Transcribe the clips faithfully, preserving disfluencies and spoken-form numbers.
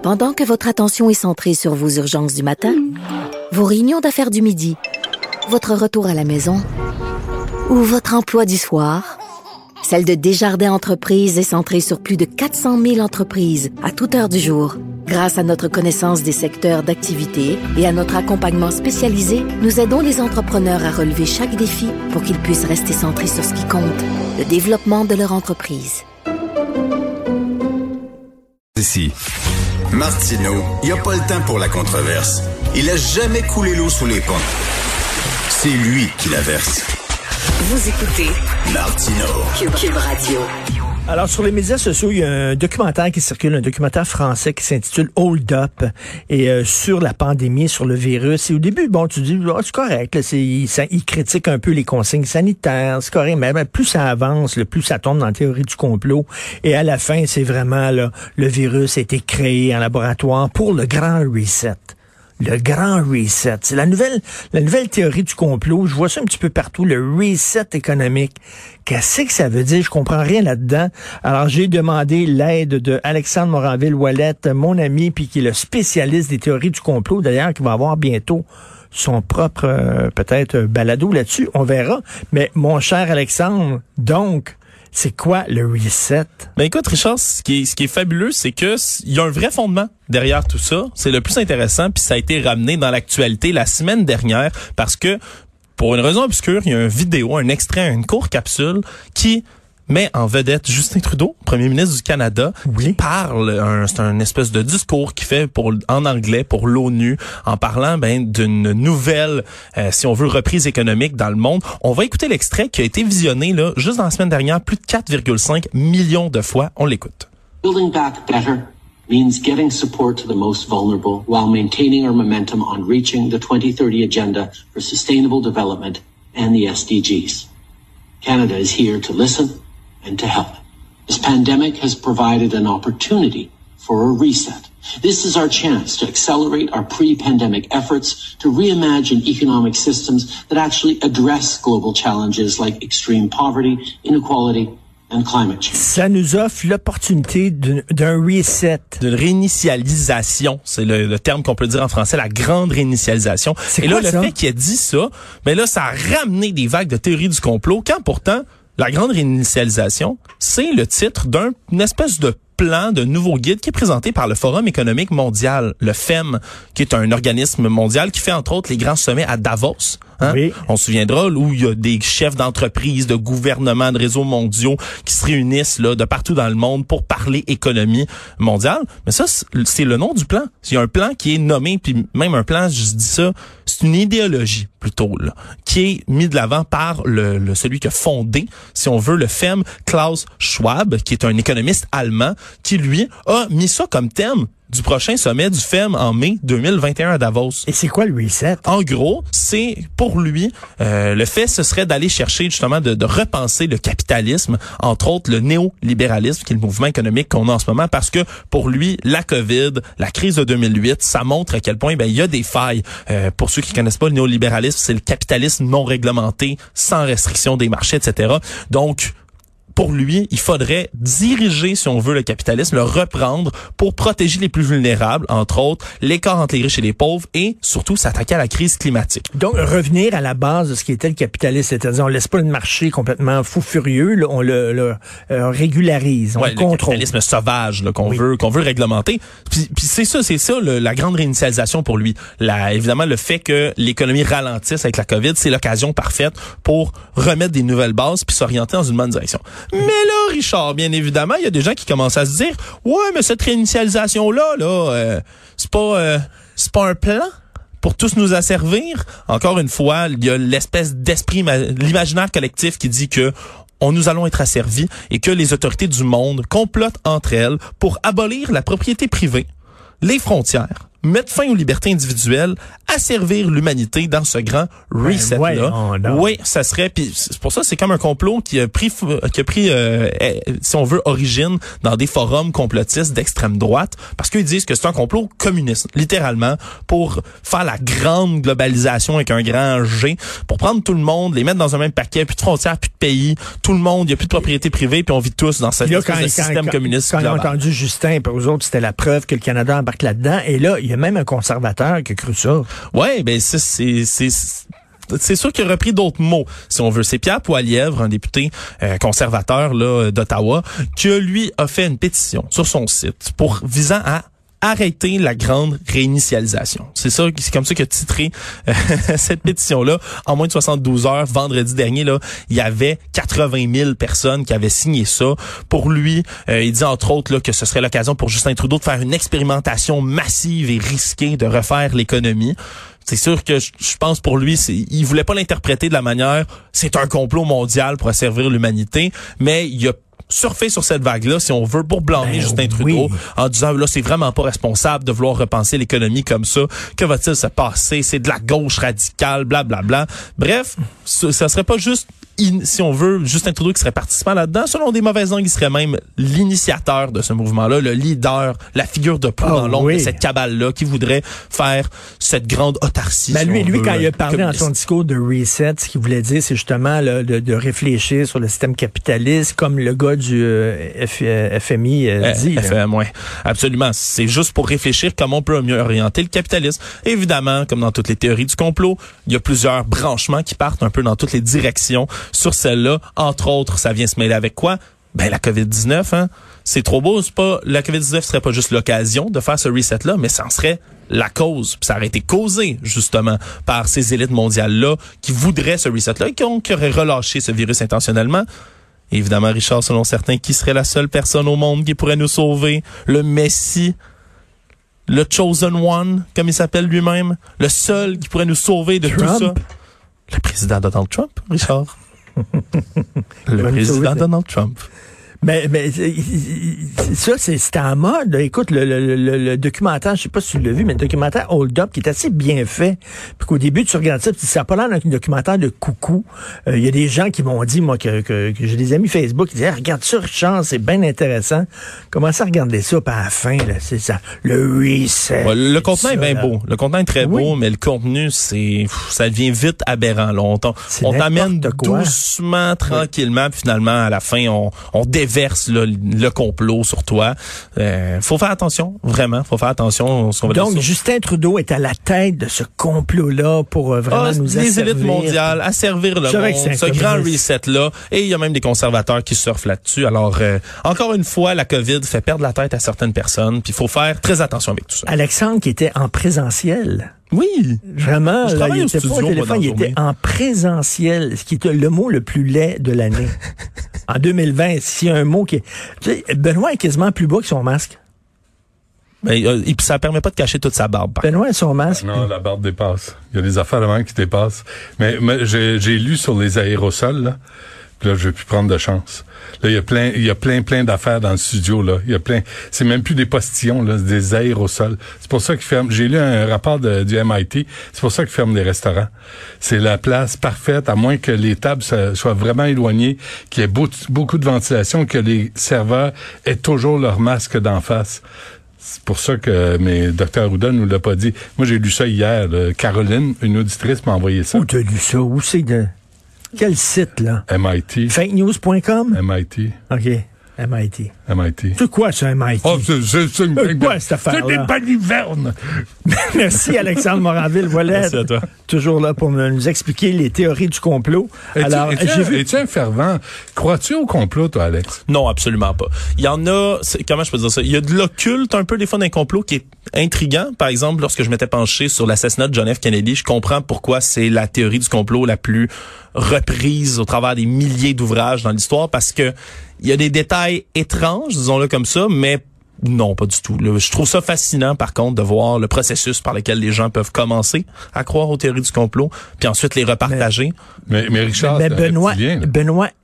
Pendant que votre attention est centrée sur vos urgences du matin, vos réunions d'affaires du midi, votre retour à la maison ou votre emploi du soir, celle de Desjardins Entreprises est centrée sur plus de quatre cent mille entreprises à toute heure du jour. Grâce à notre connaissance des secteurs d'activité et à notre accompagnement spécialisé, nous aidons les entrepreneurs à relever chaque défi pour qu'ils puissent rester centrés sur ce qui compte, le développement de leur entreprise. Ici, Martineau, il n'y a pas le temps pour la controverse. Il a jamais coulé l'eau sous les ponts. C'est lui qui la verse. Vous écoutez Martineau. Cube Radio. Alors, sur les médias sociaux, il y a un documentaire qui circule, un documentaire français qui s'intitule Hold Up, et euh, sur la pandémie, sur le virus. Et au début, bon, tu dis, oh, c'est correct, là, c'est, il, ça, il critique un peu les consignes sanitaires, c'est correct, mais ben, plus ça avance, le plus ça tombe dans la théorie du complot. Et à la fin, c'est vraiment, là, le virus a été créé en laboratoire pour le grand reset. Le grand reset. C'est la nouvelle, la nouvelle théorie du complot. Je vois ça un petit peu partout. Le reset économique. Qu'est-ce que ça veut dire? Je comprends rien là-dedans. Alors, j'ai demandé l'aide de Alexandre Moranville-Ouellette, mon ami, puis qui est le spécialiste des théories du complot, d'ailleurs, qui va avoir bientôt son propre, euh, peut-être, balado là-dessus. On verra. Mais, mon cher Alexandre, donc, c'est quoi le reset? Ben écoute, Richard, ce qui est, ce qui est fabuleux, c'est que il y a un vrai fondement derrière tout ça. C'est le plus intéressant, puis ça a été ramené dans l'actualité la semaine dernière parce que, pour une raison obscure, il y a une vidéo, un extrait, une courte capsule qui met en vedette Justin Trudeau, premier ministre du Canada, oui. qui parle, un, c'est un espèce de discours qu'il fait pour, en anglais pour l'ONU, en parlant ben d'une nouvelle, euh, si on veut, reprise économique dans le monde. On va écouter l'extrait qui a été visionné là juste dans la semaine dernière plus de quatre virgule cinq millions de fois. On l'écoute. Building back better means getting support to the most vulnerable while maintaining our momentum on reaching the twenty thirty agenda for sustainable development and the S D Gs. Canada is here to listen and to help. This pandemic has provided an opportunity for a reset. This is our chance to accelerate our pre-pandemic efforts to reimagine economic systems that actually address global challenges like extreme poverty, inequality, and climate change. Ça nous offre l'opportunité d'un, d'un reset. D'une réinitialisation. C'est le, le terme qu'on peut dire en français, la grande réinitialisation. C'est Et quoi, là, ça? le fait qu'il ait dit ça, ben là, ça a ramené des vagues de théories du complot, quand pourtant, la grande réinitialisation, c'est le titre d'un une espèce de plan de nouveau guide qui est présenté par le Forum économique mondial, le F E M, qui est un organisme mondial qui fait entre autres les grands sommets à Davos. Hein? Oui. On se souviendra où il y a des chefs d'entreprise, de gouvernements, de réseaux mondiaux qui se réunissent là de partout dans le monde pour parler économie mondiale. Mais ça, c'est le nom du plan. Il y a un plan qui est nommé, puis même un plan, je dis ça, c'est une idéologie plutôt là, qui est mis de l'avant par le, le celui qui a fondé, si on veut, le F E M, Klaus Schwab, qui est un économiste allemand, qui lui a mis ça comme thème du prochain sommet du F E M en mai deux mille vingt et un à Davos. Et c'est quoi le reset? En gros, c'est pour lui, euh, le fait, ce serait d'aller chercher justement de, de repenser le capitalisme, entre autres le néolibéralisme, qui est le mouvement économique qu'on a en ce moment, parce que pour lui, la COVID, la crise de deux mille huit, ça montre à quel point ben il y a des failles. Euh, pour ceux qui connaissent pas le néolibéralisme, c'est le capitalisme non réglementé, sans restriction des marchés, et cetera. Donc, pour lui, il faudrait diriger, si on veut, le capitalisme, le reprendre pour protéger les plus vulnérables, entre autres, l'écart entre les riches et les pauvres, et surtout s'attaquer à la crise climatique. Donc, revenir à la base de ce qui était le capitalisme, c'est-à-dire on laisse pas le marché complètement fou furieux, là, on le, le euh, régularise, on ouais, le le contrôle. capitalisme sauvage là, qu'on oui. veut qu'on veut réglementer. Puis, puis c'est ça, c'est ça le, la grande réinitialisation pour lui. La, évidemment, le fait que l'économie ralentisse avec la COVID, c'est l'occasion parfaite pour remettre des nouvelles bases puis s'orienter dans une bonne direction. Mais là, Richard, bien évidemment, il y a des gens qui commencent à se dire, ouais, mais cette réinitialisation-là, là, euh, c'est pas, euh, c'est pas un plan pour tous nous asservir. Encore une fois, il y a l'espèce d'esprit, l'imaginaire collectif qui dit que on nous allons être asservis et que les autorités du monde complotent entre elles pour abolir la propriété privée, les frontières, mettre fin aux libertés individuelles, asservir l'humanité dans ce grand reset-là. Ouais, oui, ça serait, puis c'est pour ça, c'est comme un complot qui a pris, qui a pris, euh, si on veut, origine dans des forums complotistes d'extrême droite, parce qu'ils disent que c'est un complot communiste, littéralement, pour faire la grande globalisation avec un grand G, pour prendre tout le monde, les mettre dans un même paquet, plus de frontières, plus de pays, tout le monde, il n'y a plus de propriété privée, puis on vit tous dans cette là, espèce quand, de quand, système quand, communiste quand global. Quand on a entendu Justin, pour eux autres, c'était la preuve que le Canada embarque là-dedans, et là, il y a même un conservateur qui a cru ça. Ouais, ben c'est c'est c'est c'est sûr qu'il a repris d'autres mots, si on veut. C'est Pierre Poilievre, un député euh, conservateur là d'Ottawa, qui lui a fait une pétition sur son site pour visant à arrêter la grande réinitialisation. C'est ça, c'est comme ça qu'il a titré euh, cette pétition-là. En moins de soixante-douze heures, vendredi dernier, là, il y avait quatre-vingt mille personnes qui avaient signé ça. Pour lui, euh, il dit entre autres là, que ce serait l'occasion pour Justin Trudeau de faire une expérimentation massive et risquée de refaire l'économie. C'est sûr que je, je pense pour lui, c'est, il voulait pas l'interpréter de la manière c'est un complot mondial pour asservir l'humanité, mais il a surfer sur cette vague-là, si on veut, pour blâmer ben Justin Trudeau, oui. en disant, là, c'est vraiment pas responsable de vouloir repenser l'économie comme ça. Que va-t-il se passer? C'est de la gauche radicale, blablabla. Bla, bla. Bref, ça, ça serait pas juste, in, si on veut, Justin Trudeau qui serait participant là-dedans. Selon des mauvaises langues, il serait même l'initiateur de ce mouvement-là, le leader, la figure de proue oh, dans l'ombre oui. de cette cabale-là, qui voudrait faire cette grande autarcie. Ben si lui, lui veut, quand il a parlé communiste. dans son discours de reset, ce qu'il voulait dire, c'est justement là, de, de réfléchir sur le système capitaliste, comme le gars du euh, F, euh, F M I euh, dit. F M, ouais. Absolument. C'est juste pour réfléchir comment on peut mieux orienter le capitalisme. Évidemment, comme dans toutes les théories du complot, il y a plusieurs branchements qui partent un peu dans toutes les directions sur celle-là. Entre autres, ça vient se mêler avec quoi? Ben, la covid dix-neuf, hein. C'est trop beau, c'est pas, la covid dix-neuf serait pas juste l'occasion de faire ce reset-là, mais ça en serait la cause. Puis ça aurait été causé, justement, par ces élites mondiales-là qui voudraient ce reset-là et qui, ont, qui auraient relâché ce virus intentionnellement. Et évidemment, Richard, selon certains, qui serait la seule personne au monde qui pourrait nous sauver? Le Messie? Le Chosen One, comme il s'appelle lui-même? Le seul qui pourrait nous sauver de Trump. tout ça? Le président Donald Trump, Richard. Le président Donald Trump. Mais, mais ça, c'est, c'était en mode. Là. Écoute, le, le, le, le documentaire, je sais pas si tu l'as vu, mais le documentaire Hold Up, qui est assez bien fait. Puis qu'au début, tu regardes ça, puis ça n'a pas l'air d'un documentaire de coucou. Il euh, y a des gens qui m'ont dit, moi, que, que, que j'ai des amis Facebook qui disaient, hey, regarde ça, Richard, c'est bien intéressant. Commencez à regarder ça, puis à la fin, là, c'est ça. Le reset. Ouais, le contenu ça, est bien là. beau. Le contenu est très oui. beau, mais le contenu, c'est, ça devient vite aberrant. Là. On, on t'amène doucement, tranquillement, puis finalement, à la fin, on, on déverse le, le complot sur toi. Euh, faut faire attention, vraiment. Faut faire attention. On va Donc, Justin Trudeau est à la tête de ce complot-là pour euh, vraiment ah, nous les asservir. Les élites mondiales, asservir le monde, ce grand reset-là. Et il y a même des conservateurs qui surfent là-dessus. Alors, euh, encore une fois, la COVID fait perdre la tête à certaines personnes. Puis il faut faire très attention avec tout ça. Alexandre, qui était en présentiel. Oui. Vraiment, je là, il au était studio, pas au téléphone, il était en présentiel, ce qui était le mot le plus laid de l'année. En deux mille vingt, s'il y a un mot qui est... Tu sais, Benoît est quasiment plus bas que son masque. Mais euh, et puis ça permet pas de cacher toute sa barbe. Benoît et son masque. Non, la barbe dépasse. Il y a des affaires de même qui dépassent. Mais, mais j'ai, j'ai lu sur les aérosols, là. Puis là, je vais plus prendre de chance. Là, il y a plein, il y a plein, plein d'affaires dans le studio, là. Il y a plein, c'est même plus des postillons, là, c'est des aérosols. C'est pour ça qu'ils ferment, j'ai lu un rapport de, du M I T, c'est pour ça qu'ils ferment les restaurants. C'est la place parfaite, à moins que les tables soient vraiment éloignées, qu'il y ait beau, beaucoup de ventilation, que les serveurs aient toujours leur masque d'en face. C'est pour ça que mais docteur Arruda nous l'a pas dit. Moi, j'ai lu ça hier, là. Caroline, une auditrice, m'a envoyé ça. Où t'as lu ça? Où c'est de... Quel site, là? M I T. fake news point com? M I T. OK. M I T. M I T. C'est quoi, ça, M I T? Oh, c'est, c'est, c'est une c'est quoi, cette affaire-là? C'est des balivernes! Merci, Alexandre Moranville-Ouellet. Merci à toi. Toujours là pour nous expliquer les théories du complot. Es-tu, Alors, es-tu, j'ai un, vu... es-tu un fervent? Crois-tu au complot, toi, Alex? Non, absolument pas. Il y en a, c'est, comment je peux dire ça? Il y a de l'occulte un peu des fois d'un complot qui est intriguant. Par exemple, lorsque je m'étais penché sur l'assassinat de John F. Kennedy, je comprends pourquoi c'est la théorie du complot la plus reprise au travers des milliers d'ouvrages dans l'histoire, parce que il y a des détails étranges, disons-le comme ça, mais non, pas du tout. Là, je trouve ça fascinant, par contre, de voir le processus par lequel les gens peuvent commencer à croire aux théories du complot, puis ensuite les repartager. Mais, mais Richard, mais c'est Benoît, un reptilien, là. Benoît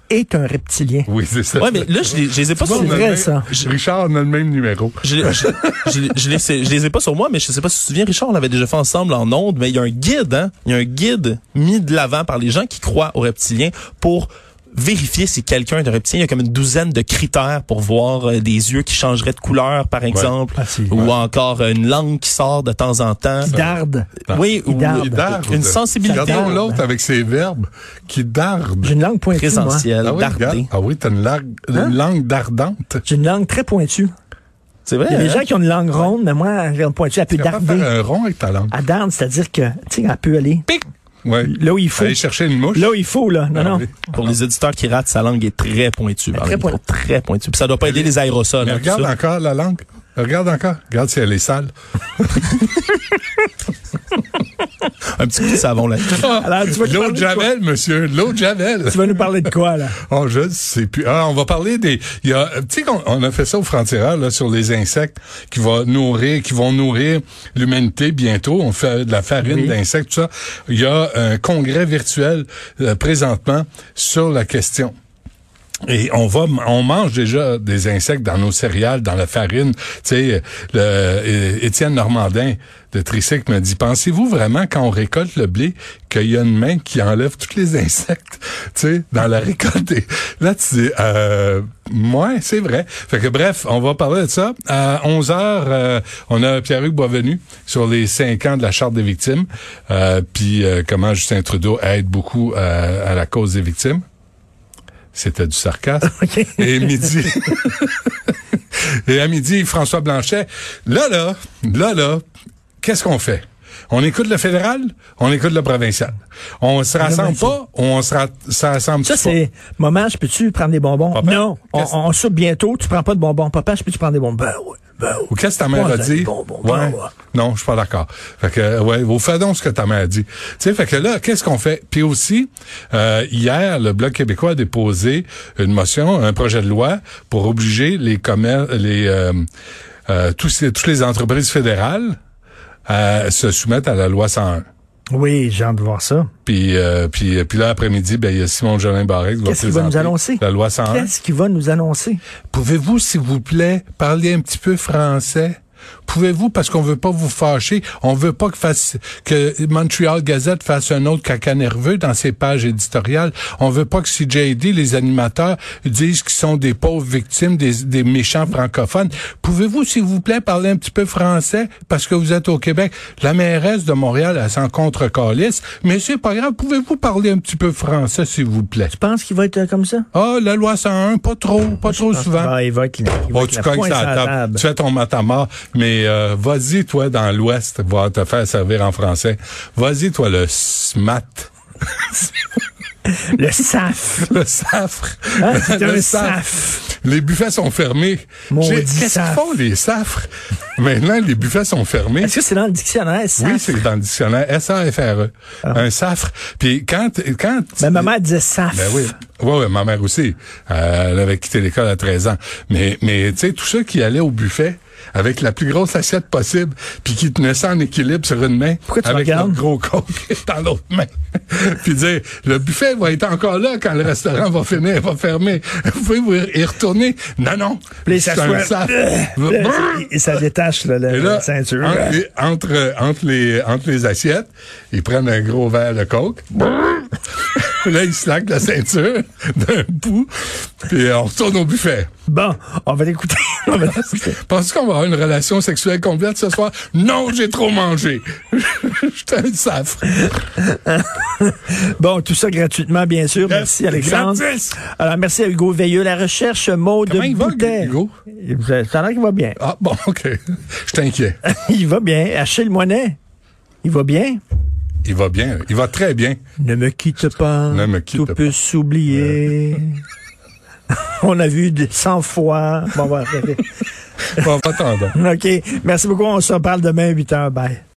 est un reptilien. Oui, c'est ça. Ouais, mais là, je les, je les ai pas Tu vois, sur on a vrai, le ça. même- Richard, on a le même numéro. Je, je, je, je, les, je les ai pas sur moi, mais je sais pas si tu te souviens, Richard, on l'avait déjà fait ensemble en ondes, mais il y a un guide, hein. Il y a un guide mis de l'avant par les gens qui croient aux reptiliens pour vérifier si quelqu'un est un reptilien. Il y a comme une douzaine de critères pour voir euh, des yeux qui changeraient de couleur, par exemple, Ah, si. ou Ouais. encore euh, une langue qui sort de temps en temps. Qui darde. Oui, ou darde. Il darde. une sensibilité Regardons l'autre avec ses verbes qui darde. J'ai une langue pointue, moi. présentielle, Ah oui, regarde. dardée. Ah oui, t'as une langue, une Hein? langue dardante. J'ai une langue très pointue. C'est vrai, Il y a des hein? gens qui ont une langue ronde, mais moi, j'ai une pointue, elle peut Tu es capable de darder. faire un rond avec ta langue. Elle darde, c'est-à-dire que, tu sais, elle peut aller Ouais. là où il faut. Aller chercher une mouche. Là où il faut, là. Non, Ah non. oui. Pour les éditeurs qui ratent, sa langue est très pointue. par très exemple. Très pointue. Puis ça doit pas aider les aérosols. Mais hein, regarde tout ça. encore la langue. Regarde encore. Regarde si elle est sale. Un petit coup de savon là-dessus. Alors, tu vas nous L'eau parler de de quoi? Javel, monsieur. L'eau de Javel. Tu vas nous parler de quoi, là? Oh, je sais plus. Ah, on va parler des. Il y a, tu sais, qu'on- on a fait ça au Frontières là sur les insectes qui vont nourrir, qui vont nourrir l'humanité bientôt. On fait de la farine Oui. d'insectes, tout ça. Il y a un congrès virtuel euh, présentement sur la question. Et on va, on mange déjà des insectes dans nos céréales, dans la farine. Tu sais, le euh, Étienne Normandin de Tricycle me dit, pensez-vous vraiment quand on récolte le blé qu'il y a une main qui enlève tous les insectes, tu sais, dans la récolte? Et là, tu dis, euh, ouais, c'est vrai. Fait que bref, on va parler de ça. À onze heures, euh, on a Pierre-Hugues Boisvenu sur les cinq ans de la Charte des victimes, euh, puis euh, comment Justin Trudeau aide beaucoup euh, à la cause des victimes. C'était du sarcasme. OK. Et midi. Et à midi, François Blanchet. Là, là, là, là, qu'est-ce qu'on fait? On écoute le fédéral, on écoute le provincial. On se rassemble pas, on se ra- ça rassemble Ça, pas. c'est, maman, je peux-tu prendre des bonbons? Papa, non. On, qu'est-ce- on soupe bientôt, tu prends pas de bonbons. Papa, je peux-tu prendre des bonbons? Ben oui. Ben oui. Ou qu'est-ce que ta mère Ouais, a ça, dit? des bonbons, Ouais. ouais, ouais. Non, je suis pas d'accord. Fait que, euh, ouais, vous faites donc ce que ta mère a dit. Tu sais, fait que là, qu'est-ce qu'on fait? Puis aussi, euh, hier, le Bloc québécois a déposé une motion, un projet de loi pour obliger les commerces, les, euh, euh, tous les, toutes les entreprises fédérales à se soumettre à la loi cent un. Oui, j'ai hâte de voir ça. Puis, euh, puis, puis là, après-midi, ben, il y a Simon Jolin Barrette qui va Qu'est-ce qu'il va nous présenter annoncer? la loi cent un. Qu'est-ce qu'il va nous annoncer? Pouvez-vous, s'il vous plaît, parler un petit peu français? Pouvez-vous, parce qu'on veut pas vous fâcher, on veut pas que fasse, que Montreal Gazette fasse un autre caca nerveux dans ses pages éditoriales. On veut pas que C J D, les animateurs, disent qu'ils sont des pauvres victimes, des, des méchants francophones. Pouvez-vous, s'il vous plaît, parler un petit peu français, parce que vous êtes au Québec? La mairesse de Montréal, elle s'en contre-calisse, mais c'est pas grave. Pouvez-vous parler un petit peu français, s'il vous plaît? Tu penses qu'il va être euh, comme ça? Ah, la loi cent un, pas trop, pas trop souvent. Ah, il va être, il va Bon, être tu la cognes pointe sur sur la la table. Tu fais ton matamor, mais euh, vas-y, toi, dans l'Ouest, va te faire servir en français. Vas-y, toi, le S M A T. Le S A F. Le safre. Hein, c'est Le un safre. S A F. Les buffets sont fermés. Maudit J'ai- Qu'est-ce qu'ils safre. font, les safres? Maintenant, les buffets sont fermés. Est-ce que c'est dans le dictionnaire, S A F? Oui, c'est dans le dictionnaire S A F R E. Un safre. Puis quand... quand Ben, ma mère disait S A F. Ben oui. Ouais, ouais, ma mère aussi. Euh, elle avait quitté l'école à treize ans. Mais, mais tu sais, tous ceux qui allaient au buffet avec la plus grosse assiette possible, puis qui tenaient ça en équilibre sur une main, Pourquoi tu avec leur regardes? gros coke dans l'autre main, puis dire, le buffet va être encore là quand le restaurant va finir, va fermer. Vous pouvez vous y retourner? Non, non. Puis C'est ça un soit- sac. Et ça détache, là, la, Et là, la ceinture. entre, les, entre, entre, les, entre les assiettes, ils prennent un gros verre de coke. Là, ils slackent la ceinture d'un bout, puis on retourne au buffet. Bon, on va l'écouter. On va l'écouter. Penses-tu qu'on va avoir une relation sexuelle complète ce soir? Non, j'ai trop mangé. J'étais un safre. Bon, tout ça gratuitement, bien sûr. Merci, Alexandre. Gratis. Alors, merci à Hugo Veilleux. La recherche, mot de Comment il va, Boutet. Hugo? Ça a l'air qu'il va bien. Ah, bon, OK. Je t'inquiète. Il va bien. Achille Moinet, il va bien. Il va bien. Il va très bien. Ne me quitte pas. Ne me quitte Tout pas. peut s'oublier. On a vu de cent fois. Bon, on va arrêter. Bon, va-t'en donc. OK. Merci beaucoup. On se reparle demain à huit heures. Bye.